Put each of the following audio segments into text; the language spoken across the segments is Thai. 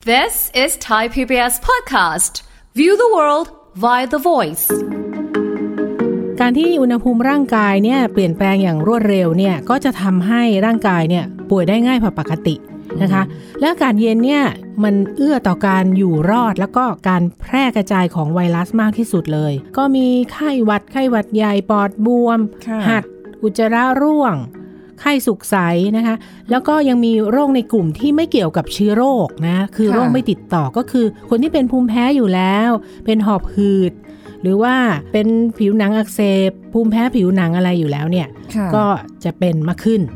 This is Thai PBS podcast. View the world via the voice. การที่อุณหภูมิร่างกายเนี่ยเปลี่ยนแปลงอย่างรวดเร็วเนี่ยก็จะทำให้ร่างกายเนี่ยป่วยได้ง่ายกว่าปกตินะคะและอากาศเย็นเนี่ยมันเอื้อต่อการอยู่รอดแล้วก็การแพร่กระจายของไวรัสมากที่สุดเลยก็มีไข้หวัดใหญ่ปอดบวมหัดอุจจาระร่วงไข้สุกใสนะคะแล้วก็ยังมีโรคในกลุ่มที่ไม่เกี่ยวกับเชื้อโรคนะคือโรคไม่ติดต่อก็คือคนที่เป็นภูมิแพ้อยู่แล้วเป็นหอบหืดหรือว่าเป็นผิวหนังอักเสบภูมิแพ้ผิวหนังอะไรอยู่แล้วเนี่ยก็จะเป็นมากขึ้น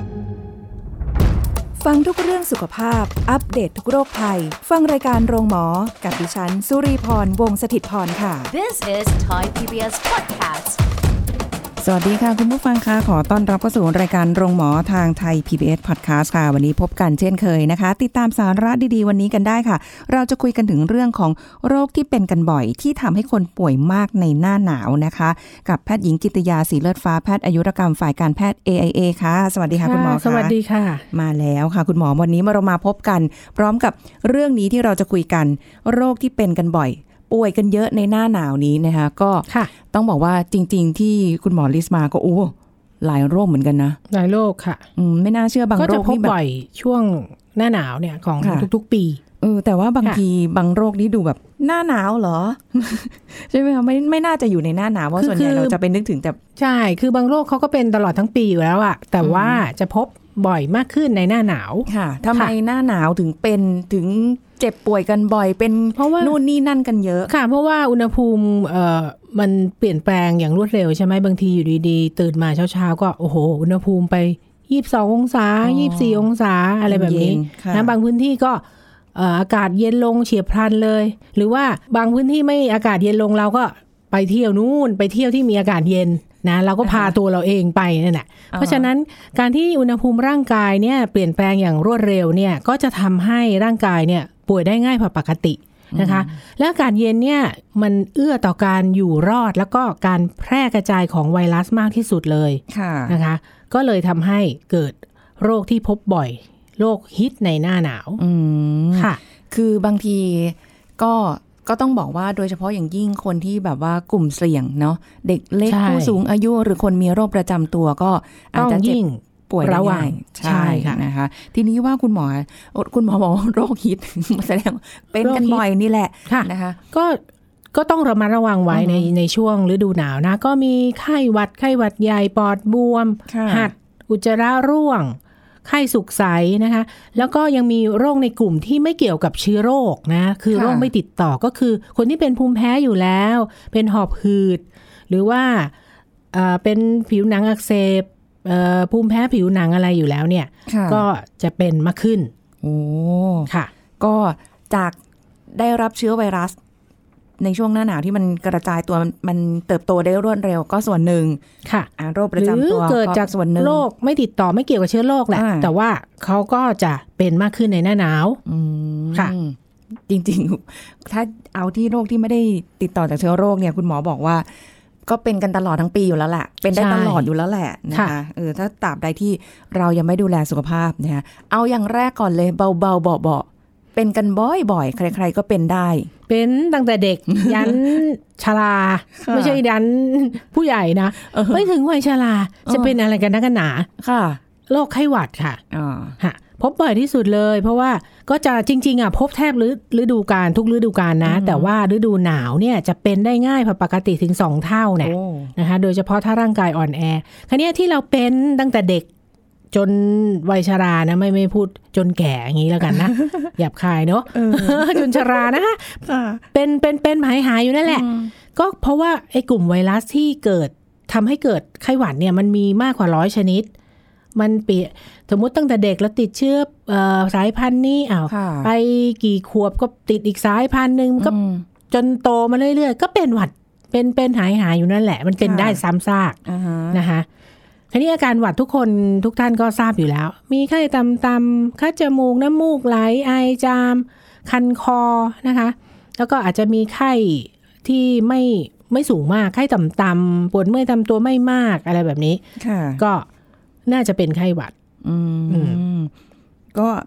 ฟังทุกเรื่องสุขภาพอัปเดต ทุกโรคภัยฟังรายการโรงหมอกับดิฉันสุรีพรวงศ์สถิตย์พรค่ะ This is Thai PBS podcast. สวัสดีค่ะคุณผู้ฟังค่ะขอต้อนรับเข้าสู่รายการโรงหมอทางไทย PBS Podcast ค่ะวันนี้พบกันเช่นเคยนะคะติดตามสาระดีๆวันนี้กันได้ค่ะเราจะคุยกันถึงเรื่องของโรคที่เป็นกันบ่อยที่ทำให้คนป่วยมากในหน้าหนาวนะคะกับแพทย์หญิงกิตติยาศรีเลิศฟ้าแพทย์อายุรกรรมฝ่ายการแพทย์ AIA ค่ะสวัสดีค่ะคุณหมอค่ะสวัสดีค่ะมาแล้วค่ะคุณหมอวันนี้เรามาพบกันพร้อมกับเรื่องนี้ที่เราจะคุยกันโรคที่เป็นกันบ่อยป่วยกันเยอะในหน้าหนาวนี้นะคะก็ต้องบอกว่าจริงๆที่คุณหมอลิสต์มาก็หลายโรคเหมือนกันนะหลายโรคค่ะไม่น่าเชื่อบางโรคก็จะพบบ่อยช่วงหน้าหนาวเนี่ยของทุกๆปีแต่ว่าบางทีบางโรคนี้ดูแบบหน้าหนาวเหรอ ใช่ไหมคะไม่น่าจะอยู่ในหน้าหนาวเพราะส่วนใหญ่เราจะไปนึกถึงแต่ใช่คือบางโรคเขาก็เป็นตลอดทั้งปีอยู่แล้วอะแต่ว่าจะพบบ่อยมากขึ้นในหน้าหนาวค่ะทำไมหน้าหนาวถึงเจ็บป่วยกันบ่อยเป็นเพราะว่านู่นนี่นั่นกันเยอะค่ะเพราะว่าอุณหภูมิมันเปลี่ยนแปลงอย่างรวดเร็วใช่ไหมบางทีอยู่ดีๆตื่นมาเช้าๆก็โอ้โหอุณหภูมิไป22องศา24องศาอะไรแบบนี้นะบางพื้นที่ก็อากาศเย็นลงเฉียบพลันเลยหรือว่าบางพื้นที่ไม่อากาศเย็นลงเราก็ไปเที่ยวนู่นไปเที่ยวที่มีอากาศเย็นนะเราก็พาตัวเราเองไปนั่นแหละเพราะฉะนั้นการที่อุณหภูมิร่างกายเนี่ยเปลี่ยนแปลงอย่างรวดเร็วเนี่ยก็จะทำให้ร่างกายเนี่ยป่วยได้ง่ายกว่าปกตินะคะและอากาศเย็นเนี่ยมันเอื้อต่อการอยู่รอดแล้วก็การแพร่กระจายของไวรัสมากที่สุดเลยนะคะก็เลยทำให้เกิดโรคที่พบบ่อยโรคฮิตในหน้าหนาวค่ะคือบางทีก็ต้องบอกว่าโดยเฉพาะอย่างยิ่งคนที่แบบว่ากลุ่มเสี่ยงเนาะเด็กเล็กผู้สูงอายุหรือคนมีโรคประจำตัวก็อาจจะเจ็บป่วยได้ง่ายใช่ค่ะนะคะทีนี้ว่าคุณหมอบอกว่าโรคฮิตแสดงเป็นกันบ่อยนี่แหละนะคะก็ต้องระมัดระวังไว้ในช่วงฤดูหนาวนะก็มีไข้หวัดใหญ่ปอดบวมหัดอุจจาระร่วงไข้สุกใสนะคะแล้วก็ยังมีโรคในกลุ่มที่ไม่เกี่ยวกับเชื้อโรคนะคือโรคไม่ติดต่อก็คือคนที่เป็นภูมิแพ้อยู่แล้วเป็นหอบหืดหรือว่าเป็นผิวหนังอักเสบภูมิแพ้ผิวหนังอะไรอยู่แล้วเนี่ยก็จะเป็นมากขึ้นค่ะก็จากได้รับเชื้อไวรัสในช่วงหน้าหนาวที่มันกระจายตัวมันเติบโตได้รวดเร็วก็ส่วนหนึ่งค่ะโรคประจำตัวเกิดจากส่วนหนึ่งโรคไม่ติดต่อไม่เกี่ยวกับเชื้อโรคแหละแต่ว่าเขาก็จะเป็นมากขึ้นในหน้าหนาวค่ะจริงๆถ้าเอาที่โรคที่ไม่ได้ติดต่อจากเชื้อโรคเนี่ยคุณหมอบอกว่าก็เป็นกันตลอดทั้งปีอยู่แล้วแหละเป็นได้ตลอดอยู่แล้วแหละนะคะถ้าตราบใดที่เรายังไม่ดูแลสุขภาพนะคะเอาอย่างแรกก่อนเลยเบาๆเบาๆเป็นกันบ่อยๆใครๆก็เป็นได้เป็นตั้งแต่เด็กยันชราไม่ใช่ยันผู้ใหญ่นะไม่ถึงวัยชราจะเป็นอะไรกันนักกันหนาค่ะโรคไข้หวัดค่ะพบบ่อยที่สุดเลยเพราะว่าก็จะจริงๆพบแทบฤดูกาลทุกฤดูกาลนะแต่ว่าฤดูหนาวเนี่ยจะเป็นได้ง่ายกว่าปกติถึง2เท่าเนี่ยนะคะโดยเฉพาะถ้าร่างกายอ่อนแอคราวนี้ที่เราเป็นตั้งแต่เด็กจนวัยชรานะไม่พูดจนแก่อย่างนี้แล้วกันนะหยาบคายเนาะจนชรานะคะเป็นหายอยู่นั่นแหละก็เพราะว่าไอ้กลุ่มไวรัสที่เกิดทำให้เกิดไข้หวัดเนี่ยมันมีมากกว่า100ชนิดมันสมมุติตั้งแต่เด็กแล้วติดเชื้อสายพันธุ์นี้ไปกี่ขวบก็ติดอีกสายพันธุ์นึงก็จนโตมาเรื่อยๆก็เป็นหวัดเป็นหายอยู่นั่นแหละมันเป็นได้ซ้ำซากนะคะทีนี้อาการหวัดทุกท่านก็ทราบอยู่แล้วมีไข้ต่ำๆคัดจมูกน้ำมูกไหลไอจามคันคอนะคะแล้วก็อาจจะมีไข้ที่ไม่สูงมากไข้ต่ำๆปวดเมื่อยตามตัวไม่มากอะไรแบบนี้ก็น่าจะเป็นไข้หวัดก็แบบ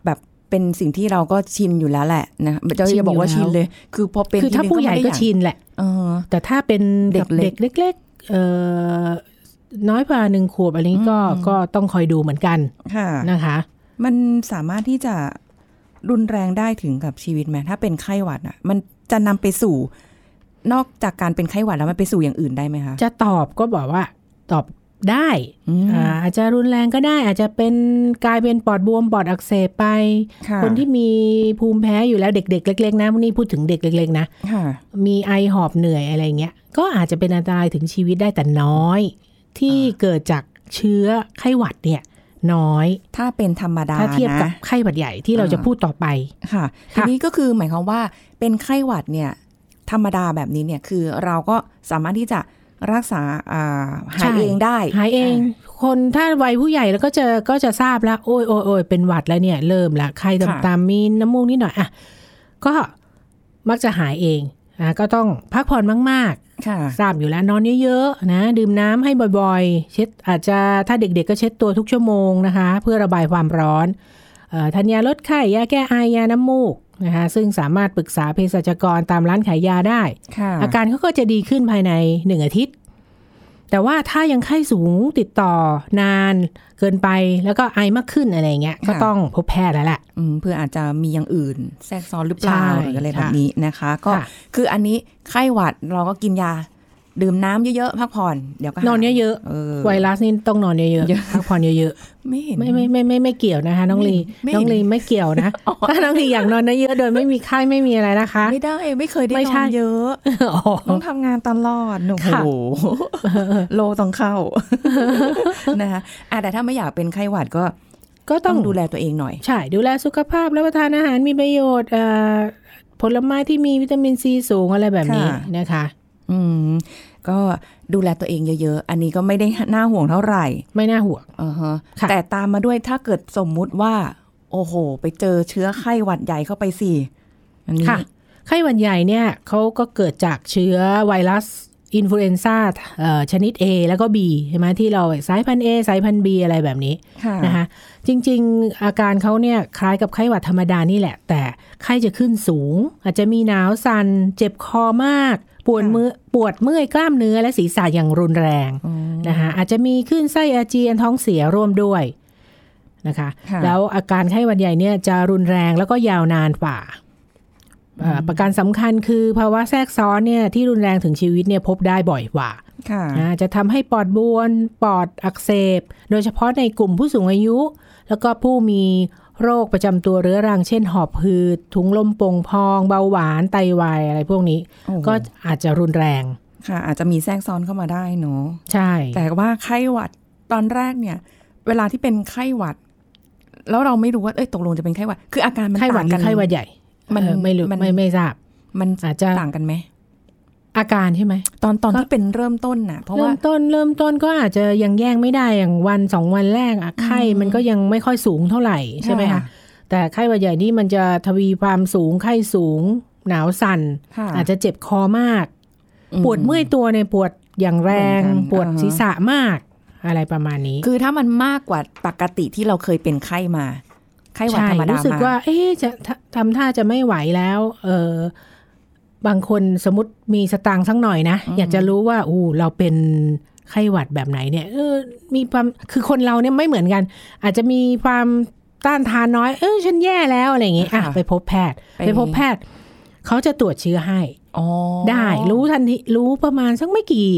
เป็นสิ่งที่เราก็ชินอยู่แล้วแหละนะจะบอกว่าชินเลยคือพอเป็นคือถ้าผู้ใหญ่ก็ชินแหละแต่ถ้าเป็นเด็กเล็กน้อยกว่า1 ขวบอะไรนี้ก็ต้องคอยดูเหมือนกันนะคะมันสามารถที่จะรุนแรงได้ถึงกับชีวิตไหมถ้าเป็นไข้หวัดอ่ะมันจะนำไปสู่นอกจากการเป็นไข้หวัดแล้วมันไปสู่อย่างอื่นได้ไหมคะจะตอบก็บอกว่าตอบได้อาจจะรุนแรงก็ได้อาจจะเป็นกลายเป็นปอดบวมปอดอักเสบไปคนที่มีภูมิแพ้อยู่แล้วเด็กๆเล็กๆนะพวกนี้พูดถึงเด็กเล็กๆนะมีไอหอบเหนื่อยอะไรเงี้ยก็อาจจะเป็นอันตรายถึงชีวิตได้แต่น้อยที่เกิดจากเชื้อไข้หวัดเนี่ยน้อยถ้าเป็นธรรมดาถ้าเทียบกับไข้หวัดใหญ่ที่เราจะพูดต่อไปค่ะทีนี้ก็คือหมายความว่าเป็นไข้หวัดเนี่ยธรรมดาแบบนี้เนี่ยคือเราก็สามารถที่จะรักษาหายเองได้หายเองคนถ้าวัยผู้ใหญ่แล้วก็จะทราบแล้วโอ้ยเป็นหวัดแล้วเนี่ยเริ่มละไข้ตามมีน้ำมูกนิดหน่อยอ่ะก็มักจะหายเองก็ต้องพักผ่อนมากๆทราบอยู่แล้วนอนเยอะๆนะดื่มน้ำให้บ่อยๆเช็ดอาจจะถ้าเด็กๆก็เช็ดตัวทุกชั่วโมงนะคะเพื่อระบายความร้อนทานยาลดไข้ยาแก้ไอยาน้ำมูกนะคะซึ่งสามารถปรึกษาเภสัชกรตามร้านขายยาได้อาการเขาก็จะดีขึ้นภายใน1 อาทิตย์แต่ว่าถ้ายังไข้สูงติดต่อนานเกินไปแล้วก็ไอมากขึ้นอะไรเงี้ยก็ต้องพบแพทย์แล้วแหละเพื่ออาจจะมีอย่างอื่นแทรกซ้อนหรือเปล่าหรืออะไรแบบนี้นะคะก็คืออันนี้ไข้หวัดเราก็กินยาดื่มน้ำเยอะๆพักผ่อนเดี๋ยวก็นอนเยอะๆไวรัสนี่ต้องนอนเยอะๆพักผ่อนเยอะๆไม่เห็นไม่เกี่ยวนะคะน้องลีไม่เกี่ยวนะถ้าน้องลีอยากนอนเยอะโดยไม่มีไข้ไม่มีอะไรนะคะไม่ได้ไม่เคยได้นอนเยอะต้องทำงานตลอดโอ้โหโลต้องเข้านะคะแต่ถ้าไม่อยากเป็นไข้หวัดก็ต้องดูแลตัวเองหน่อยใช่ดูแลสุขภาพรับประทานอาหารมีประโยชน์ผลไม้ที่มีวิตามินซีสูงอะไรแบบนี้นะคะก็ดูแลตัวเองเยอะๆอันนี้ก็ไม่ได้น่าห่วงเท่าไหร่ไม่น่าห่วงแต่ตามมาด้วยถ้าเกิดสมมุติว่าโอ้โหไปเจอเชื้อไข้หวัดใหญ่เข้าไปสิอันนี้ไข้หวัดใหญ่เนี่ยเขาก็เกิดจากเชื้อไวรัสอินฟลูเอนซ่าชนิด A แล้วก็ B ใช่ไหมที่เราสายพันธุ์ A สายพันธุ์ B อะไรแบบนี้นะคะจริงๆอาการเขาเนี่ยคล้ายกับไข้หวัดธรรมดานี่แหละแต่ไข้จะขึ้นสูงอาจจะมีหนาวสั่นเจ็บคอมากปวดเมื่อยกล้ามเนื้อและศีรษะอย่างรุนแรงนะคะอาจจะมีคลื่นไส้อาเจียนท้องเสียร่วมด้วยนะคะแล้วอาการไข้หวัดใหญ่เนี่ยจะรุนแรงแล้วก็ยาวนานกว่าประการสำคัญคือภาวะแทรกซ้อนเนี่ยที่รุนแรงถึงชีวิตเนี่ยพบได้บ่อยกว่าจะทำให้ปอดบวมปอดอักเสบโดยเฉพาะในกลุ่มผู้สูงอายุแล้วก็ผู้มีโรคประจำตัวเรื้อรังเช่นหอบหืดถุงลมโป่งพองเบาหวานไตวายอะไรพวกนี้ก็อาจจะรุนแรงค่ะอาจจะมีแทรกซ้อนเข้ามาได้เนาะใช่แต่ว่าไข้หวัดตอนแรกเนี่ยเวลาที่เป็นไข้หวัดแล้วเราไม่รู้ว่าตกลงจะเป็นไข้หวัดคืออาการมันต่างกันไข้หวัดใหญ่มันไม่รู้ไม่ทราบมันอาจจะต่างกันไหมอาการใช่ไหมตอนที่เป็นเริ่มต้นน่ะเพราะว่าเริ่มต้นก็อาจจะยังแยกไม่ได้อย่างวัน2 วันแรกไข้มันก็ยังไม่ค่อยสูงเท่าไหร่ใช่ไหมคะแต่ไข้หวัดใหญ่นี่มันจะทวีความสูงไข้สูงหนาวสั่นอาจจะเจ็บคอมากปวดเมื่อยตัวในปวดอย่างแรงปวดศีรษะมากอะไรประมาณนี้คือถ้ามันมากกว่าปกติที่เราเคยเป็นไข้มาไข้หวัดธรรมดารู้สึกว่าจะทำท่าจะไม่ไหวแล้วบางคนสมมติมีสตางค์สักหน่อยนะอยากจะรู้ว่าเราเป็นไข้หวัดแบบไหนเนี่ยมีความคือคนเราเนี่ยไม่เหมือนกันอาจจะมีความต้านทานน้อยฉันแย่แล้วอะไรอย่างงี้ไปพบแพทย์เขาจะตรวจเชื้อให้ได้รู้ทันทีรู้ประมาณสักไม่กี่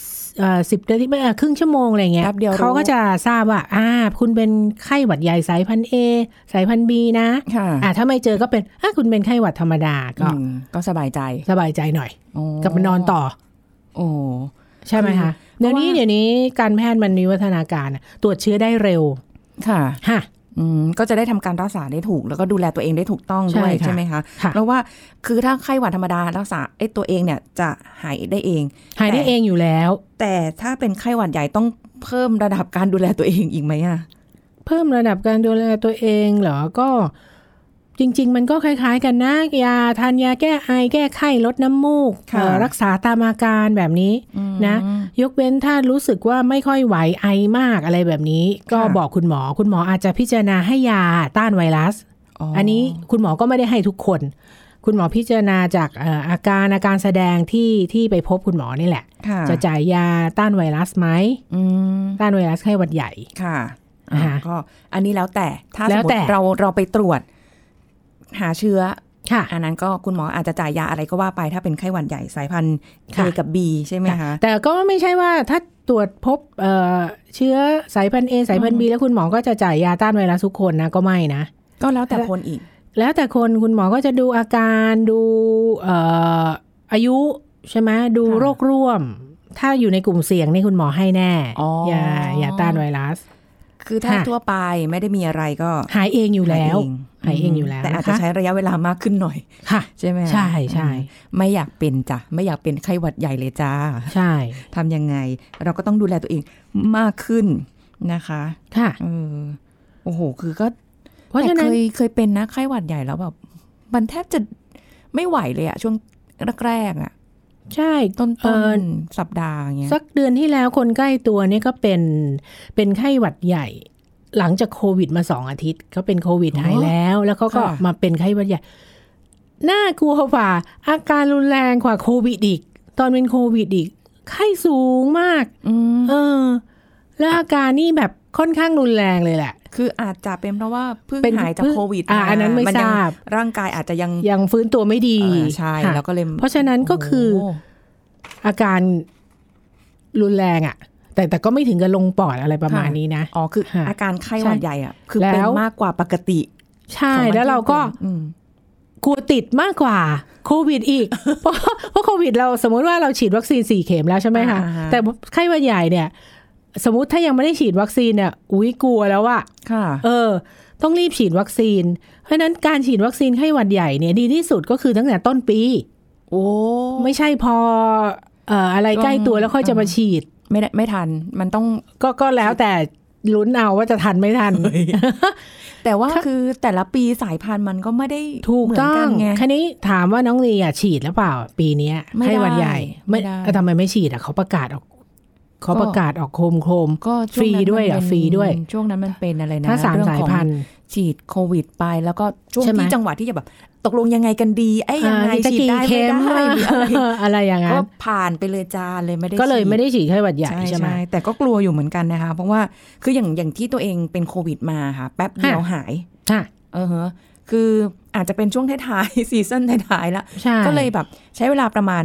10 นาทีไม่ครึ่งชั่วโมงอะไรเงี้ยเขาก็จะทราบว่าคุณเป็นไข้หวัดใหญ่สายพันธุ์ A สายพันธุ์ B นะถ้าไม่เจอก็เป็นคุณเป็นไข้หวัดธรรมดาก็สบายใจหน่อยกลับมานอนต่อใช่ไหมคะเดี๋ยวนี้การแพทย์มันมีวัฒนาการตรวจเชื้อได้เร็วค่ะก็จะได้ทำการรักษาได้ถูกแล้วก็ดูแลตัวเองได้ถูกต้องด้วยใช่ไหมคะเพราะว่าคือถ้าไข้หวัดธรรมดารักษาตัวเองเนี่ยจะหายได้เองอยู่แล้วแต่ถ้าเป็นไข้หวัดใหญ่ต้องเพิ่มระดับการดูแลตัวเองอีกไหมเพิ่มระดับการดูแลตัวเองเหรอก็จริงๆมันก็คล้ายๆกันนะยาทานยาแก้ไอแก้ไข้ลดน้ำมูกรักษาตามอาการแบบนี้นะยกเว้นถ้ารู้สึกว่าไม่ค่อยไหวไอมากอะไรแบบนี้ก็บอกคุณหมออาจจะพิจารณาให้ยาต้านไวรัสอันนี้คุณหมอก็ไม่ได้ให้ทุกคนคุณหมอพิจารณาจากอาการแสดงที่ไปพบคุณหมอนี่แหละจะจ่ายยาต้านไวรัสไหมต้านไวรัสไข้หวัดใหญ่ค่ะก็อันนี้แล้วแต่ถ้าสมมติเราไปตรวจหาเชื้ออันนั้นก็คุณหมออาจจะจ่ายยาอะไรก็ว่าไปถ้าเป็นไข้หวัดใหญ่สายพันธุ์ A กับ B ใช่ไหมคะแต่ก็ไม่ใช่ว่าถ้าตรวจพบเชื้อสายพันธุ์ A สายพันธุ์ B แล้วคุณหมอก็จะจ่ายยาต้านไวรัสทุกคนนะก็ไม่นะก็แล้วแต่คนอีกแล้วแต่คนคุณหมอก็จะดูอาการดูอายุใช่ไหมดูโรคร่วมถ้าอยู่ในกลุ่มเสี่ยงนี่คุณหมอให้แน่ยาต้านไวรัสคือถ้าทั่วไปไม่ได้มีอะไรก็หายเองอยู่แล้วหายเองอยู่แล้วแต่อาจจะใช้ระยะเวลามากขึ้นหน่อยค่ะใช่ไหมใช่ใช่ไม่อยากเป็นจ้ะไม่อยากเป็นไข้หวัดใหญ่เลยจ้าใช่ทำยังไงเราก็ต้องดูแลตัวเองมากขึ้นนะคะค่ะโอ้โหคือก็แต่เคยเป็นนะไข้หวัดใหญ่แล้วแบบมันแทบจะไม่ไหวเลยอะช่วงแรกๆอะใช่ต้นสัปดาห์เงี้ยสักเดือนที่แล้วคนใกล้ตัวนี่ก็เป็นไข้หวัดใหญ่หลังจากโควิดมา2 อาทิตย์เขาเป็นโควิดหายแล้วเขาก็มาเป็นไข้หวัดใหญ่น่ากลัวกว่าอาการรุนแรงกว่าโควิดอีกตอนเป็นโควิดอีกไข้สูงมากแล้วอาการนี่แบบค่อนข้างรุนแรงเลยแหละคืออาจจะเป็นเพราะว่าเพิ่งหายจากโควิดอันนั้นไม่ทราบร่างกายอาจจะยังฟื้นตัวไม่ดีใช่แล้วก็เลยเพราะฉะนั้นก็คืออาการรุนแรงอ่ะแต่ก็ไม่ถึงกับลงปอดอะไรประมาณนี้นะคืออาการไข้หวัดใหญ่อ่ะคือเป็นมากกว่าปกติใช่แล้วเราก็กลัวติดมากกว่าโควิดอีกเพราะโควิดเราสมมติว่าเราฉีดวัคซีน4 เข็มแล้วใช่ไหมคะแต่ไข้หวัดใหญ่เนี่ยสมมุติถ้ายังไม่ได้ฉีดวัคซีนเนี่ยกลัวแล้วอะต้องรีบฉีดวัคซีนเพราะฉะนั้นการฉีดวัคซีนไข้หวัดใหญ่เนี่ยดีที่สุดก็คือตั้งแต่ต้นปีไม่ใช่พออะไรใกล้ตัวแล้วค่อยจะมาฉีดไม่ทันมันต้องก็แล้วแต่ลุ้นเอาว่าจะทันไม่ทันแต่ว่าคือแต่ละปีสายพันธุ์มันก็ไม่ได้ถูกต้องไงคันนี้ถามว่าน้องลีฉีดหรือเปล่าปีนี้ไข้หวัดใหญ่ไม่ทำไมไม่ฉีดเขาประกาศออกโคมก็ฟรีด้วยฟรีด้วยช่วงนั้นมันเป็นอะไรนะถ้า3 สายพันธุ์ฉีดโควิดไปแล้วก็ช่วงที่จังหวะที่จะแบบตกลงยังไงกันดียังไงฉีดได้ไม่ได้อะไรอย่างนั้นก็ผ่านไปเลยจ้าเลยไม่ได้ก็เลยไม่ได้ฉีดไข้หวัดใหญ่ใช่ไหมแต่ก็กลัวอยู่เหมือนกันนะคะเพราะว่าคืออย่างที่ตัวเองเป็นโควิดมาค่ะแป๊บเดียวหายคืออาจจะเป็นช่วงท้ายๆซีซั่นท้ายๆแล้วก็เลยแบบใช้เวลาประมาณ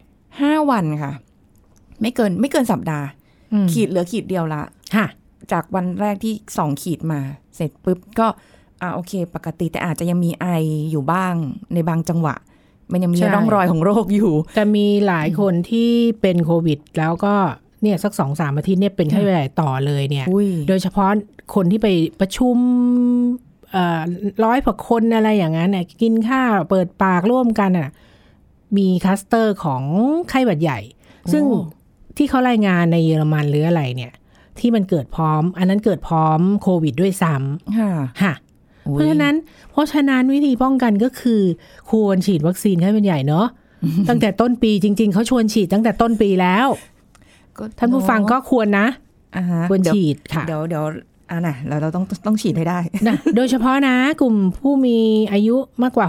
5 วันค่ะไม่เกินสัปดาห์ขีดเหลือขีดเดียวละจากวันแรกที่2 ขีดมาเสร็จปุ๊บก็โอเคปกติแต่อาจจะยังมีไออยู่บ้างในบางจังหวะมันยังมีร่องรอยของโรคอยู่แต่มีหลายคนที่เป็นโควิดแล้วก็เนี่ยสัก 2-3 อาทิตย์เนี่ยเป็นไข้หวัดใหญ่ต่อเลยเนี่ยโดยเฉพาะคนที่ไปประชุม100 กว่าคนอะไรอย่างนั้นเนี่ยกินข้าวเปิดปากร่วมกันมีคลัสเตอร์ของไข้หวัดใหญ่ซึ่งที่เขารายงานในเยอรมันหรืออะไรเนี่ยที่มันเกิดพร้อมอันนั้นเกิดพร้อมโควิดด้วยซ้ำค่ะเพราะฉะนั้นวิธีป้องกันก็คือควรฉีดวัคซีนไข้หวัดใหญ่เนาะ ตั้งแต่ต้นปีจริงๆเขาชวนฉีดตั้งแต่ต้นปีแล้วท่านผู้ฟังก็ควรนะควรฉีดค่ะเดี๋ยวนะเราต้องฉีดให้ได้นะโดยเฉพาะนะกลุ่มผู้มีอายุมากกว่า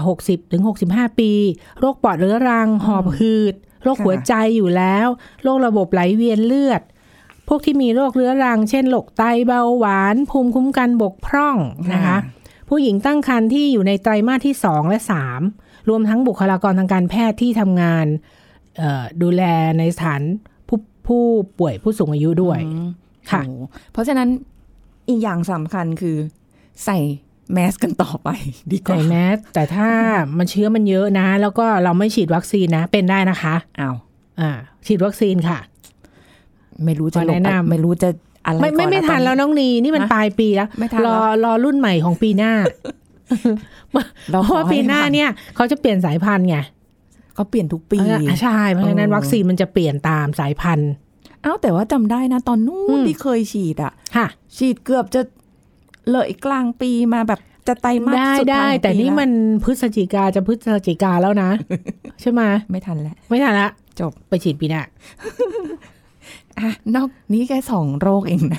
60-65 ปีโรคปอดเรื้อรังหอบหืดโรคหัวใจอยู่แล้วโรคระบบไหลเวียนเลือดพวกที่มีโรคเรื้อรังเช่นโรคไตเบาหวานภูมิคุ้มกันบกพร่องนะคะผู้หญิงตั้งครรภ์ที่อยู่ในไตรมาสที่2 และ 3รวมทั้งบุคลากรทางการแพทย์ที่ทำงานดูแลในสถานผู้ป่วยผู้สูงอายุด้วยค่ะเพราะฉะนั้นอีกอย่างสำคัญคือใส่แมสกันต่อไปดีกว่าใส่แมสแต่ถ้ามันเชื้อมันเยอะนะแล้วก็เราไม่ฉีดวัคซีนนะเป็นได้นะคะฉีดวัคซีนค่ะไม่รู้จะแนะนำไม่รู้จะอะไรก่อนไม่ทันแล้วน้องนีนี่มันปลายปีแล้วรอรุ่นใหม่ของปีหน้าเพราะปีหน้าเนี่ยเขาจะเปลี่ยนสายพันธุ์ไงเขาเปลี่ยนทุกปีใช่เพราะฉะนั้นวัคซีนมันจะเปลี่ยนตามสายพันธุ์แต่ว่าจำได้นะตอนนู้นที่เคยฉีดฉีดเกือบจะเลยกลางปีมาแบบจะไตรมาสสุดท้ายแต่นี่มันพฤศจิกาแล้วนะใช่ไหมไม่ทันแล้วจบไปฉีดปีหน้านอกนี้แค่2 โรคเองนะ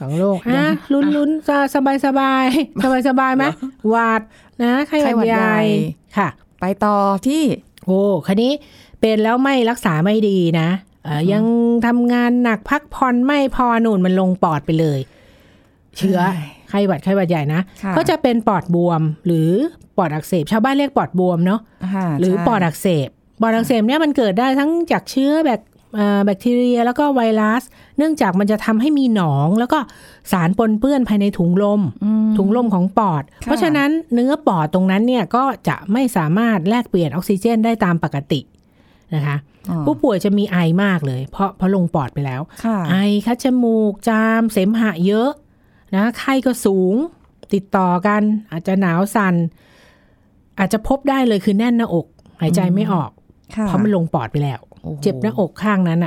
2โรคลุ้นๆสบายไหมหวัดนะไข้หวัดใหญ่ค่ะไปต่อที่คันนี้เป็นแล้วไม่รักษาไม่ดีนะยังทำงานหนักพักผ่อนไม่พอหนุนมันลงปอดไปเลยเชื้อไข้หวัดใหญ่นะก็จะเป็นปอดบวมหรือปอดอักเสบชาวบ้านเรียกปอดบวมเนาะหรือปอดอักเสบเนี่ยมันเกิดได้ทั้งจากเชื้อแบคทีเรียแล้วก็ไวรัสเนื่องจากมันจะทำให้มีหนองแล้วก็สารปนเปื้อนภายในถุงลมของปอดเพราะฉะนั้นเนื้อปอดตรงนั้นเนี่ยก็จะไม่สามารถแลกเปลี่ยนออกซิเจนได้ตามปกตินะคะผู้ป่วยจะมีไอมากเลยเพราะลงปอดไปแล้วไอคัดจมูกจามเสมหะเยอะนะไข้ก็สูงติดต่อกันอาจจะหนาวสั่นอาจจะพบได้เลยคือแน่นหน้าอกหายใจไม่ออกเพราะมันลงปอดไปแล้วเจ็บหน้าอกข้างนั้น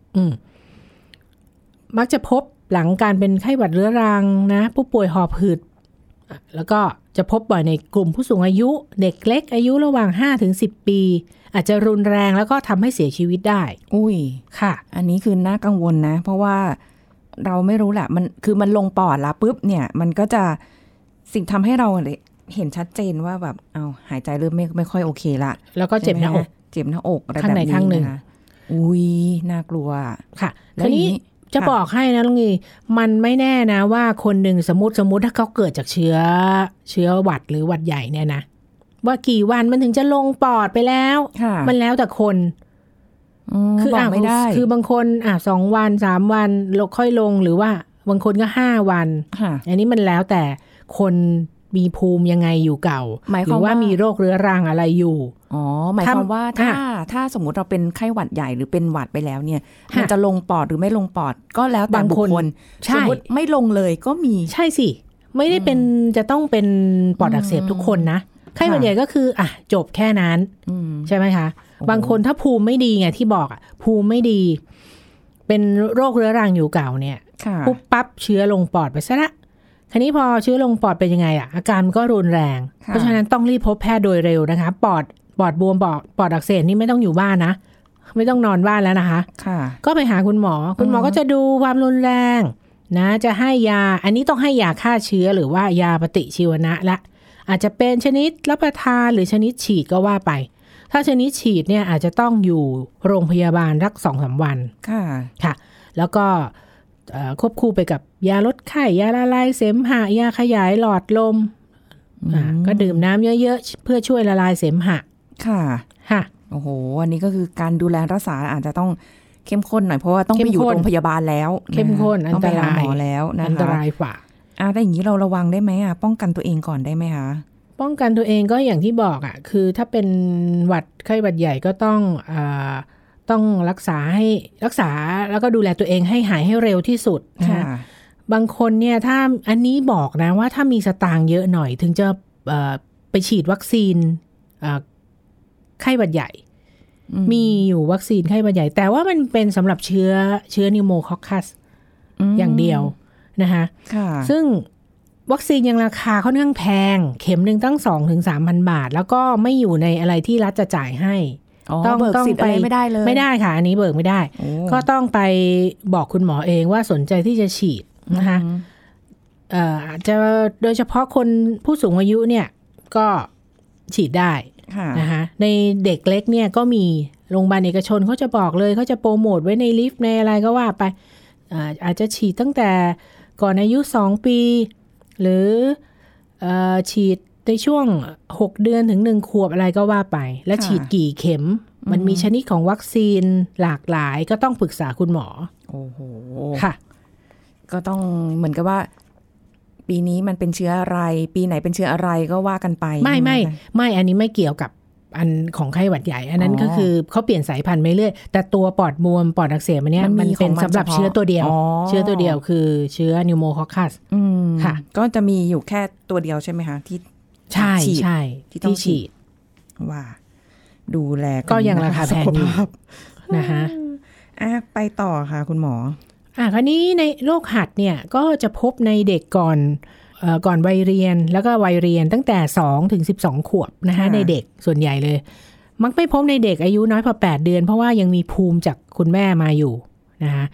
มักจะพบหลังการเป็นไข้หวัดเรื้อรังนะผู้ป่วยหอบหืดแล้วก็จะพบบ่อยในกลุ่มผู้สูงอายุเด็กเล็กอายุระหว่าง 5-10 ปีอาจจะรุนแรงแล้วก็ทำให้เสียชีวิตได้ค่ะอันนี้คือน่ากังวลนะเพราะว่าเราไม่รู้แหละมันลงปอดแล้วปุ๊บเนี่ยมันก็จะสิ่งทำให้เราเห็นชัดเจนว่าแบบหายใจเริ่มไม่ค่อยโอเคละแล้วก็เจ็บหน้าอกอะไรแบบนี้นะคะน่ากลัวค่ะทีนี้จะบอกให้นะลุงอีมันไม่แน่นะว่าคนหนึ่งสมมติถ้าเขาเกิดจากเชื้อหวัดหรือหวัดใหญ่เนี่ยนะว่ากี่วันมันถึงจะลงปอดไปแล้วมันแล้วแต่คนคือไม่ได้คือบางคน2 วัน3 วันค่อยลงหรือว่าบางคนก็5 วันอันนี้มันแล้วแต่คนมีภูมิยังไงอยู่เก่าหรือว่ามีโรคเรื้อรังอะไรอยู่หมายความว่าถ้าสมมุติเราเป็นไข้หวัดใหญ่หรือเป็นหวัดไปแล้วเนี่ยมันจะลงปอดหรือไม่ลงปอดก็แล้วแต่บุคคลสมมติไม่ลงเลยก็มีใช่สิไม่ได้เป็นจะต้องเป็นปอดอักเสบทุกคนนะไข้หวัดใหญ่ก็คือจบแค่นั้นใช่ไหมคะบางคนถ้าภูมิไม่ดีไงที่บอกภูมิไม่ดีเป็นโรคเรื้อรังอยู่เก่าเนี่ยปุ๊บปั๊บเชื้อลงปอดไปซะละทีนี้พอเชื้อลงปอดเป็นยังไงอาการมันก็รุนแรงเพราะฉะนั้นต้องรีบพบแพทย์โดยเร็วนะคะปอดบวมปอดอักเสบนี่ไม่ต้องอยู่บ้านนะไม่ต้องนอนบ้านแล้วนะคะก็ไปหาคุณหมอก็จะดูความรุนแรงนะจะให้ยาอันนี้ต้องให้ยาฆ่าเชื้อหรือว่ายาปฏิชีวนะละอาจจะเป็นชนิดรับประทานหรือชนิดฉีดก็ว่าไปถ้าชนิดฉีดเนี่ยอาจจะต้องอยู่โรงพยาบาลสัก 2-3 วันค่ะแล้วก็ควบคู่ไปกับยาลดไข้ยาละลายเสมหะยาขยายหลอดลมก็ดื่มน้ำเยอะๆเพื่อช่วยละลายเสมหะค่ะโอ้โหอันนี้ก็คือการดูแลรักษาอาจจะต้องเข้มข้นหน่อยเพราะว่าต้องไปอยู่โรงพยาบาลแล้วเข้มข้นต้องไปหาหมอแล้วนะคะอันตรายฝ่าแต่อย่างนี้เราระวังได้ไหมป้องกันตัวเองก่อนได้ไหมคะป้องกันตัวเองก็อย่างที่บอกคือถ้าเป็นหวัดไข้หวัดใหญ่ก็ต้องรักษาแล้วก็ดูแลตัวเองให้หายให้เร็วที่สุดนะคะบางคนเนี่ยถ้าอันนี้บอกนะว่าถ้ามีสตางค์เยอะหน่อยถึงจะไปฉีดวัคซีนไข้หวัดใหญ่มีอยู่วัคซีนไข้หวัดใหญ่แต่ว่ามันเป็นสำหรับเชื้อนิวโมคอคคัสอย่างเดียวนะคะซึ่งวัคซีนยังราคาค่อนข้างแพงเข็มนึงตั้ง 2-3,000 บาทแล้วก็ไม่อยู่ในอะไรที่รัฐจะจ่ายให้ต้องเบิกสิทธิ์อะไรไม่ได้เลยไม่ได้ค่ะอันนี้เบิกไม่ได้ก็ต้องไปบอกคุณหมอเองว่าสนใจที่จะฉีดนะคะอาจจะโดยเฉพาะคนผู้สูงอายุเนี่ยก็ฉีดได้นะคะในเด็กเล็กเนี่ยก็มีโรงพยาบาลเอกชนเขาจะบอกเลยเขาจะโปรโมทไว้ในลิฟต์ในอะไรก็ว่าไปอาจจะฉีดตั้งแต่ก่อนอายุ2 ปีหรือฉีดในช่วง6 เดือนถึง1 ขวบอะไรก็ว่าไปและฉีดกี่เข็มมันมีชนิดของวัคซีนหลากหลายก็ต้องปรึกษาคุณหมอโอ้โหค่ะก็ต้องเหมือนกับว่าปีนี้มันเป็นเชื้ออะไรปีไหนเป็นเชื้ออะไรก็ว่ากันไปไม่อันนี้ไม่เกี่ยวกับอันของไข้หวัดใหญ่อันนั้นก็คือเขาเปลี่ยนสายพันธุ์ไปเรื่อยแต่ตัวปอดบวมปอดอักเสบอันนี้มันเป็นสำหรับเชื้อตัวเดียวคือเชื้อนิวโมคอคคัสค่ะก็จะมีอยู่แค่ตัวเดียวใช่ไหมคะที่ใช่ที่ฉีดว่าดูแลก็ยังราคาแพงอยู่นะคะไปต่อค่ะคุณหมอคราวนี้ในโรคหัดเนี่ยก็จะพบในเด็กก่อนวัยเรียนแล้วก็วัยเรียนตั้งแต่2-12 ขวบนะคะในเด็กส่วนใหญ่เลยมักไม่พบในเด็กอายุน้อยกว่า8 เดือนเพราะว่ายังมีภูมิจากคุณแม่มาอยู่นะคะ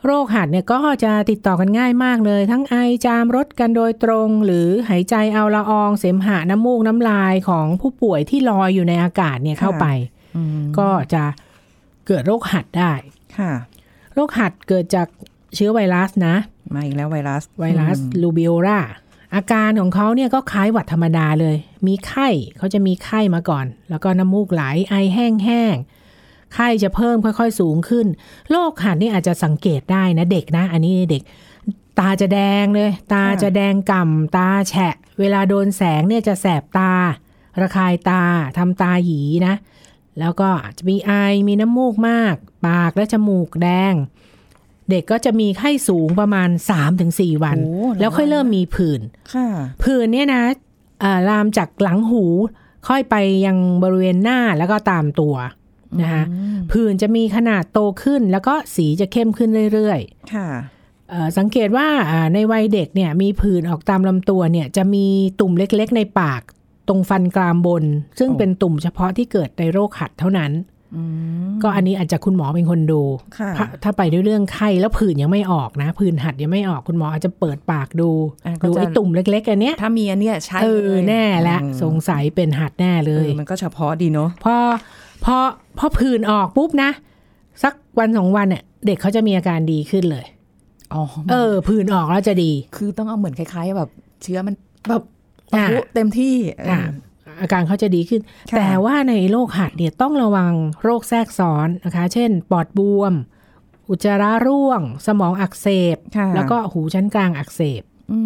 โรคหัดเนี่ยก็จะติดต่อกันง่ายมากเลยทั้งไอจามรดกันโดยตรงหรือหายใจเอาละอองเสมหะน้ำมูกน้ำลายของผู้ป่วยที่ลอยอยู่ในอากาศเนี่ยเข้าไปก็จะเกิดโรคหัดได้โรคหัดเกิดจากเชื้อไวรัสนะมาอีกแล้วไวรัสลูบิโอราอาการของเขาเนี่ยก็คล้ายหวัดธรรมดาเลยมีไข้เขาจะมีไข้มาก่อนแล้วก็น้ำมูกไหลไอแห้งไข้จะเพิ่มค่อยๆสูงขึ้นโรคหัดนี่อาจจะสังเกตได้นะเด็กนะอันนี้เด็กตาจะแดงเลยตาจะแดงก่ำตาแฉะเวลาโดนแสงเนี่ยจะแสบตาระคายตาทำตาหยีนะแล้วก็จะมีไอมีน้ำมูกมากปากและจมูกแดงเด็กก็จะมีไข้สูงประมาณ 3-4 วันแล้วค่อยเริ่มมีผื่นผื่นเนี่ยนะลามจากหลังหูค่อยไปยังบริเวณหน้าแล้วก็ตามตัวนะคะผื่นจะมีขนาดโตขึ้นแล้วก็สีจะเข้มขึ้นเรื่อยๆสังเกตว่าในวัยเด็กเนี่ยมีผื่นออกตามลำตัวเนี่ยจะมีตุ่มเล็กๆในปากตรงฟันกรามบนซึ่งเป็นตุ่มเฉพาะที่เกิดในโรคหัดเท่านั้นก็อันนี้อาจจะคุณหมอเป็นคนดูถ้าไปด้วยเรื่องไข้แล้วผื่นยังไม่ออกนะผื่นหัดยังไม่ออกคุณหมออาจจะเปิดปากดูไอ้ตุ่มเล็กๆอันเนี้ยถ้ามีอันเนี้ยใช่แน่แล้วสงสัยเป็นหัดแน่เลยมันก็เฉพาะดีเนาะพอผื่นออกปุ๊บนะสักวัน2วันเนี่ยเด็กเขาจะมีอาการดีขึ้นเลยผื่นออกแล้วจะดีคือต้องเอาเหมือนคล้ายๆแบบเชื้อมันแบบเต็มที่อาการเขาจะดีขึ้นแต่ว่าในโรคหัดเนี่ยต้องระวังโรคแทรกซ้อนนะคะเช่นปอดบวมอุจจาระร่วงสมองอักเสบแล้วก็หูชั้นกลางอักเสบ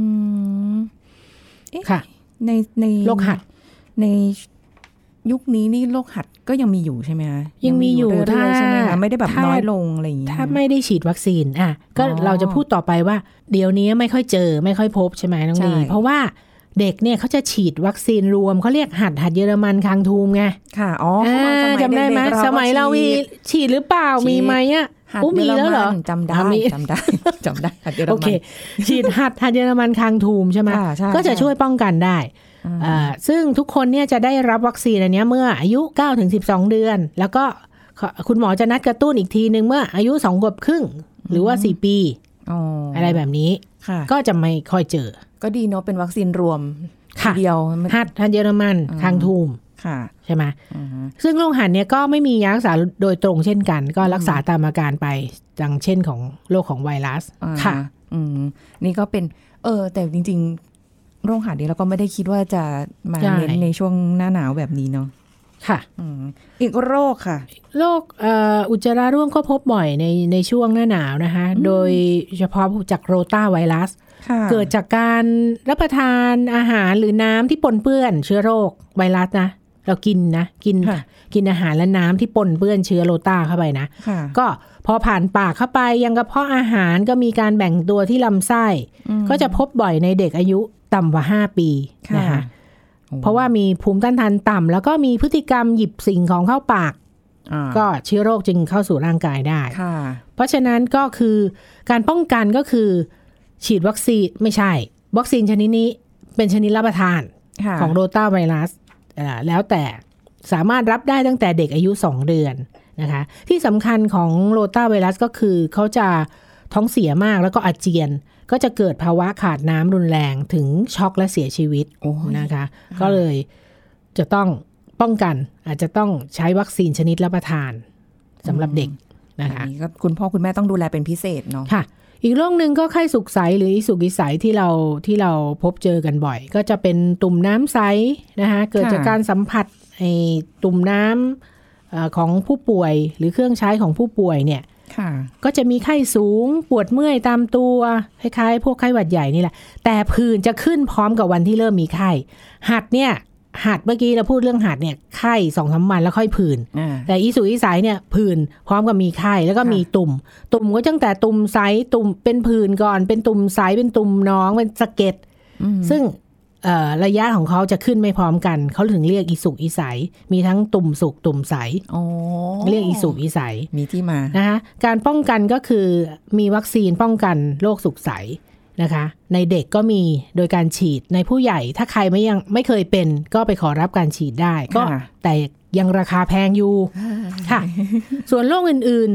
ค่ะในโรคหัดในยุคนี้นี่โรคหัดก็ยังมีอยู่ใช่ไหมคะยังมีอยู่ถ้าไม่ได้แบบน้อยลงอะไรอย่างเงี้ยถ้าไม่ได้ฉีดวัคซีนก็เราจะพูดต่อไปว่าเดี๋ยวนี้ไม่ค่อยเจอไม่ค่อยพบใช่ไหมน้องลีเพราะว่าเด็กเนี่ยเขาจะฉีดวัคซีนรวมเขาเรียกหัดเยอรมันคางทูมไงค่ะจำได้ไหมสมัยเรามีฉีดหรือเปล่ามีไหมมีแล้วเหรอจำได้โอเคฉีดหัดเยอรมันคางทูมใช่ไหมก็จะช่วยป้องกันได้ซึ่งทุกคนเนี่ยจะได้รับวัคซีนอันนี้เมื่ออายุ 9-12 เดือนแล้วก็คุณหมอจะนัดกระตุ้นอีกทีนึงเมื่ออายุ2 ขวบครึ่งหรือว่า4 ปีอะไรแบบนี้ก็จะไม่ค่อยเจอก็ดีเนาะเป็นวัคซีนรวมเดียวหัดเยอรมันคางทูมใช่ไหมซึ่งโรคหัดเนี่ยก็ไม่มียารักษาโดยตรงเช่นกันก็รักษาตามอาการไปดังเช่นของโรคของไวรัสค่ะนี่ก็เป็นแต่จริงๆโรคหัดนี้เราก็ไม่ได้คิดว่าจะมาเน้นในช่วงหน้าหนาวแบบนี้เนาะค่ะอีกโรคค่ะโรคอุจจาระร่วงก็พบบ่อยในช่วงหน้าหนาวนะคะโดยเฉพาะจากโรตาไวรัสเกิดจากการรับประทานอาหารหรือน้ำที่ปนเปื้อนเชื้อโรคไวรัสนะเรากินอาหารและน้ำที่ปนเปื้อนเชื้อโรตาเข้าไปนะก็พอผ่านปากเข้าไปยังกระเพาะอาหารก็มีการแบ่งตัวที่ลำไส้ก็จะพบบ่อยในเด็กอายุต่ำกว่า5 ปีนะคะเพราะว่ามีภูมิต้านทานต่ำแล้วก็มีพฤติกรรมหยิบสิ่งของเข้าปากก็เชื้อโรคจึงเข้าสู่ร่างกายได้เพราะฉะนั้นก็คือการป้องกันก็คือฉีดวัคซีนไม่ใช่วัคซีนชนิดนี้เป็นชนิดรับประทานของโรตาไวรัสแล้วแต่สามารถรับได้ตั้งแต่เด็กอายุ2 เดือนนะคะที่สำคัญของโรตาไวรัสก็คือเขาจะท้องเสียมากแล้วก็อาเจียนก็จะเกิดภาวะขาดน้ำรุนแรงถึงช็อกและเสียชีวิตนะคะก็เลยจะต้องป้องกันอาจจะต้องใช้วัคซีนชนิดรับประทานสำหรับเด็กนะคะก็คุณพ่อคุณแม่ต้องดูแลเป็นพิเศษเนาะค่ะอีกโรคนึงก็ไข้สุกใสหรืออิสุกอิสัยที่เราพบเจอกันบ่อยก็จะเป็นตุ่มน้ำใสนะคะเกิดจากการสัมผัสตุ่มน้ำของผู้ป่วยหรือเครื่องใช้ของผู้ป่วยเนี่ยก็จะมีไข้สูงปวดเมื่อยตามตัวคล้ายๆพวกไข้หวัดใหญ่นี่แหละแต่ผื่นจะขึ้นพร้อมกับวันที่เริ่มมีไข้หัดเมื่อกี้เราพูดเรื่องหัดเนี่ยไข้ 2-3 วันแล้วค่อยผื่นแต่อิสุกอิสัยเนี่ยผื่นพร้อมกับมีไข้แล้วก็มีตุ่มก็ตั้งแต่ตุ่มใสตุ่มเป็นผื่นก่อนเป็นตุ่มใสเป็นตุ่มน้องเป็นสะเก็ดซึ่งระยะของเขาจะขึ้นไม่พร้อมกันเขาถึงเรียกอิสุกอิสัยมีทั้งตุ่มสุกตุ่มใสเรียกอิสุกอิสัยมีที่มานะคะการป้องกันก็คือมีวัคซีนป้องกันโรคสุกใสนะคะในเด็กก็มีโดยการฉีดในผู้ใหญ่ถ้าใครไม่เคยเป็นก็ไปขอรับการฉีดได้ก็แต่ยังราคาแพงอยู่ค่ะส่วนโรคอื่นๆ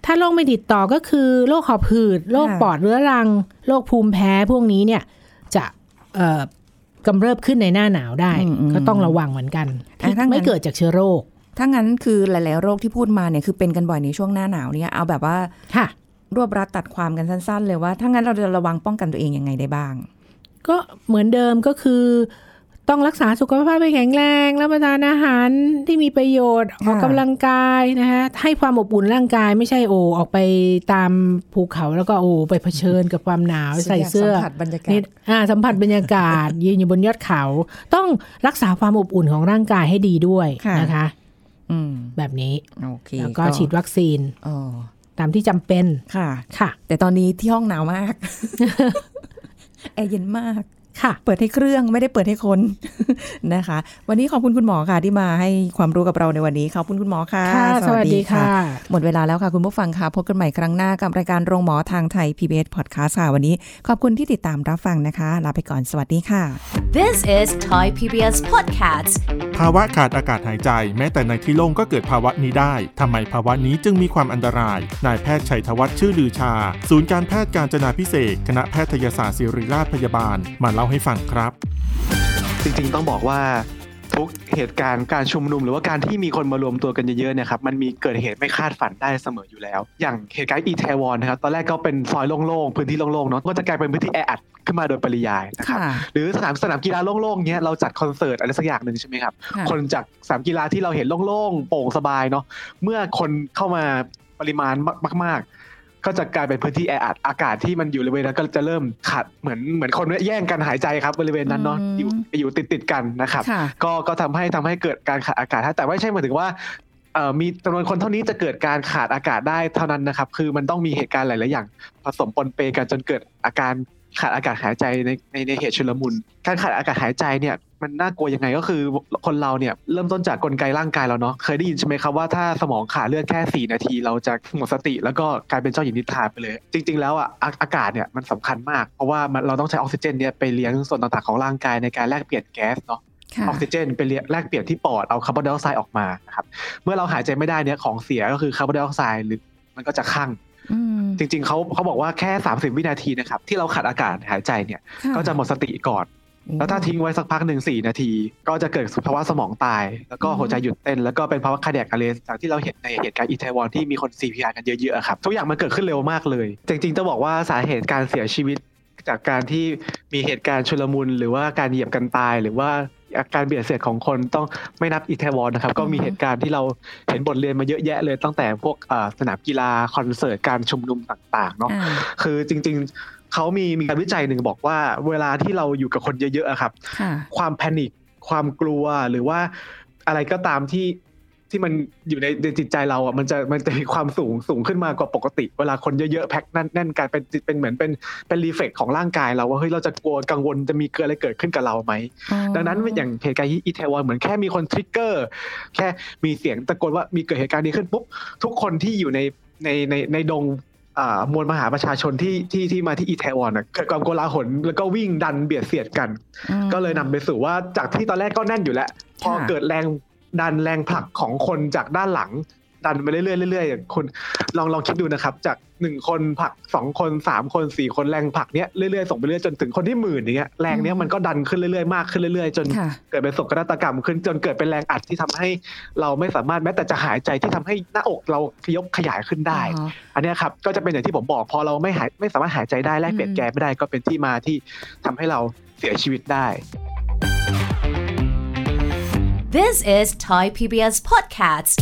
ถ้าโรคไม่ติดต่อก็คือโรคหอบหืดโรคปอดเรื้อรังโรคภูมิแพ้พวกนี้เนี่ยจะกำเริบขึ้นในหน้าหนาวได้ก็ต้องระวังเหมือนกันที่ไม่เกิดจากเชื้อโรคถ้างั้นคือหลายๆโรคที่พูดมาเนี่ยคือเป็นกันบ่อยในช่วงหน้าหนาวเนี่ยเอาแบบว่ารวบรัดตัดความกันสั้นๆเลยว่าถ้างั้นเราจะระวังป้องกันตัวเองยังไงได้บ้างก็เหมือนเดิมก็คือต้องรักษาสุขภาพให้แข็งแรงรับประทานอาหารที่มีประโยชน์ออกกำลังกายนะคะให้ความอบอุ่นร่างกายไม่ใช่ออกไปตามภูเขาแล้วก็ไปเผชิญกับความหนาวใส่เสื้อสัมผัสบรรยากาศสัมผัสบรรยากาศยืนอยู่บนยอดเขาต้องรักษาความอบอุ่นของร่างกายให้ดีด้วยนะคะแบบนี้แล้วก็ฉีดวัคซีนตามที่จำเป็นค่ะแต่ตอนนี้ที่ห้องหนาวมากแอร์เย็นมากเปิดให้เครื่องไม่ได้เปิดให้คนนะคะวันนี้ขอบคุณคุณหมอค่ะที่มาให้ความรู้กับเราในวันนี้ขอบคุณคุณหมอค่ะสวัสดีค่ะหมดเวลาแล้วค่ะคุณผู้ฟังค่ะพบกันใหม่ครั้งหน้ากับรายการโรงหมอทางไทย PBS Podcast ค่ะวันนี้ขอบคุณที่ติดตามรับฟังนะคะลาไปก่อนสวัสดีค่ะ This is Thai PBS Podcast ภาวะขาดอากาศหายใจแม้แต่ในที่โล่งก็เกิดภาวะนี้ได้ทำไมภาวะนี้จึงมีความอันตรายนายแพทย์ชัยธวัฒน์ชื่อลือชาศูนย์การแพทย์กาญจนาภิเษกคณะแพทยศาสตร์ศิริราชพยาบาลมาเล่าให้ฟังครับจริงๆต้องบอกว่าทุกเหตุการณ์การชุมนุมหรือว่าการที่มีคนมารวมตัวกันเยอะๆเนี่ยครับมันมีเกิดเหตุไม่คาดฝันได้เสมออยู่แล้วอย่างเหตุการณ์อีแทวอนนะครับตอนแรกก็เป็นซอยโล่งๆพื้นที่โล่งๆเนาะก็จะกลายเป็นพื้นที่แออัดขึ้นมาโดยปริยายนะครับหรือสนามกีฬาโล่งๆเงี้ยเราจัดคอนเสิร์ตอะไรสักอย่างนึงใช่ไหมครับคนจากสนามกีฬาที่เราเห็นโล่งๆโปร่งสบายเนาะเมื่อคนเข้ามาปริมาณมากๆก็จะกลายเป็นพื้นที่แออัดอากาศที่มันอยู่บริเวณนั้นก็จะเริ่มขัดเหมือนคนแย่งกันหายใจครับบริเวณนั้นเนาะอยู่ติดกันนะครับก็ทำให้เกิดการขาดอากาศแต่ไม่ใช่หมายถึงว่ามีจำนวนคนเท่านี้จะเกิดการขาดอากาศได้เท่านั้นนะครับคือมันต้องมีเหตุการณ์หลายๆอย่างผสมปนเปกันจนเกิดอาการขาดอากาศหายใจในเหตุชุลมุนการขาดอากาศหายใจเนี่ยมันน่ากลัวยังไงก็คือคนเราเนี่ยเริ่มต้นจากกลไกร่างกายเราเนาะเคยได้ยินใช่ไหมครับว่าถ้าสมองขาดเลือดแค่4นาทีเราจะหมดสติแล้วก็กลายเป็นเจ้าหญิงนิทราไปเลยจริงๆแล้วอากาศเนี่ยมันสำคัญมากเพราะว่าเราต้องใช้ออกซิเจนเนี่ยไปเลี้ยงส่วนต่างๆของร่างกายในการแลกเปลี่ยนแก๊สเนาะออกซิเจนไปแลกเปลี่ยนที่ปอดเอาคาร์บอนไดออกไซด์ออกมานะครับเมื่อเราหายใจไม่ได้เนี่ยของเสียก็คือคาร์บอนไดออกไซด์หรือมันก็จะคั่งจริงๆเขาบอกว่าแค่30วินาทีนะครับที่เราขาดอากาศหายใจเนี่ยก็จะหมดสติก่อนแล้วถ้าทิ้งไว้สักพัก4 นาทีก็จะเกิดภาวะสมองตายแล้วก็หัวใจหยุดเต้นแล้วก็เป็นภาวะคาร์เดียกอะเรสต์จากที่เราเห็นในเหตุการณ์อีแทวอนที่มีคน CPR กันเยอะๆครับทุกอย่างมันเกิดขึ้นเร็วมากเลยจริงๆต้องบอกว่าสาเหตุการเสียชีวิตจากการที่มีเหตุการณ์ชุลมุนหรือว่าการเหยียบกันตายหรือว่าอาการเบียดเสียดของคนต้องไม่นับอีแทวอนนะครับก็มีเหตุการณ์ที่เราเห็นบทเรียนมาเยอะแยะเลยตั้งแต่พวกสนามกีฬาคอนเสิร์ตการชุมนุมต่างๆเนาะคือจริงๆเขามีการวิจัยหนึ่งบอกว่าเวลาที่เราอยู่กับคนเยอะๆครับความแพนิคความกลัวหรือว่าอะไรก็ตามที่มันอยู่ในจิตใจเราอ่ะมันจะมีความสูงขึ้นมากว่าปกติเวลาคนเยอะๆแพ็คแน่นกันเป็นเหมือนเป็นรีเฟล็กของร่างกายเราว่าเฮ้ยเราจะกลัวกังวลจะมีอะไรเกิดขึ้นกับเราไหมดังนั้นอย่างเหตุการณ์อีแทวอนเหมือนแค่มีคนทริกเกอร์แค่มีเสียงตะโกนว่ามีเกิดเหตุการณ์นี้ขึ้นปุ๊บทุกคนที่อยู่ในดงมวลมหาประชาชนที่มาที่อีแทวอนเกิดความโกลาหลแล้วก็วิ่งดันเบียดเสียดกันก็เลยนำไปสู่ว่าจากที่ตอนแรกก็แน่นอยู่แล้วพอเกิดแรงดันแรงผลักของคนจากด้านหลังดันไปเรื่อยๆคุณลองคิดดูนะครับจาก1คนผลัก2คน3คน4คนแรงผลักเนี้ยเรื่อยๆส่งไปเรื่อยจนถึงคนที่10,000อย่างเงี้ยแรงเนี้ยมันก็ดันขึ้นเรื่อยๆมากขึ้นเรื่อยๆจนเกิดเป็นโศกนาฏกรรมขึ้นจนเกิดเป็นแรงอัดที่ทำให้เราไม่สามารถแม้แต่จะหายใจที่ทำให้หน้าอกเราขยายขึ้นได้อันนี้ครับก็จะเป็นอย่างที่ผมบอกพอเราไม่สามารถหายใจได้แลกเปลี่ยนแก๊สไม่ได้ก็เป็นที่มาที่ทำให้เราเสียชีวิตได้ This is Thai PBS Podcast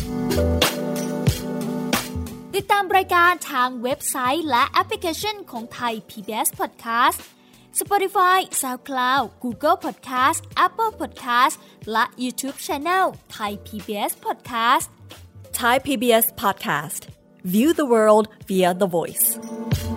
ติดตามรายการทางเว็บไซต์และแอปพลิเคชันของ Thai PBS Podcast Spotify SoundCloud Google Podcast Apple Podcast และ YouTube Channel Thai PBS Podcast Thai PBS Podcast View the world via the voice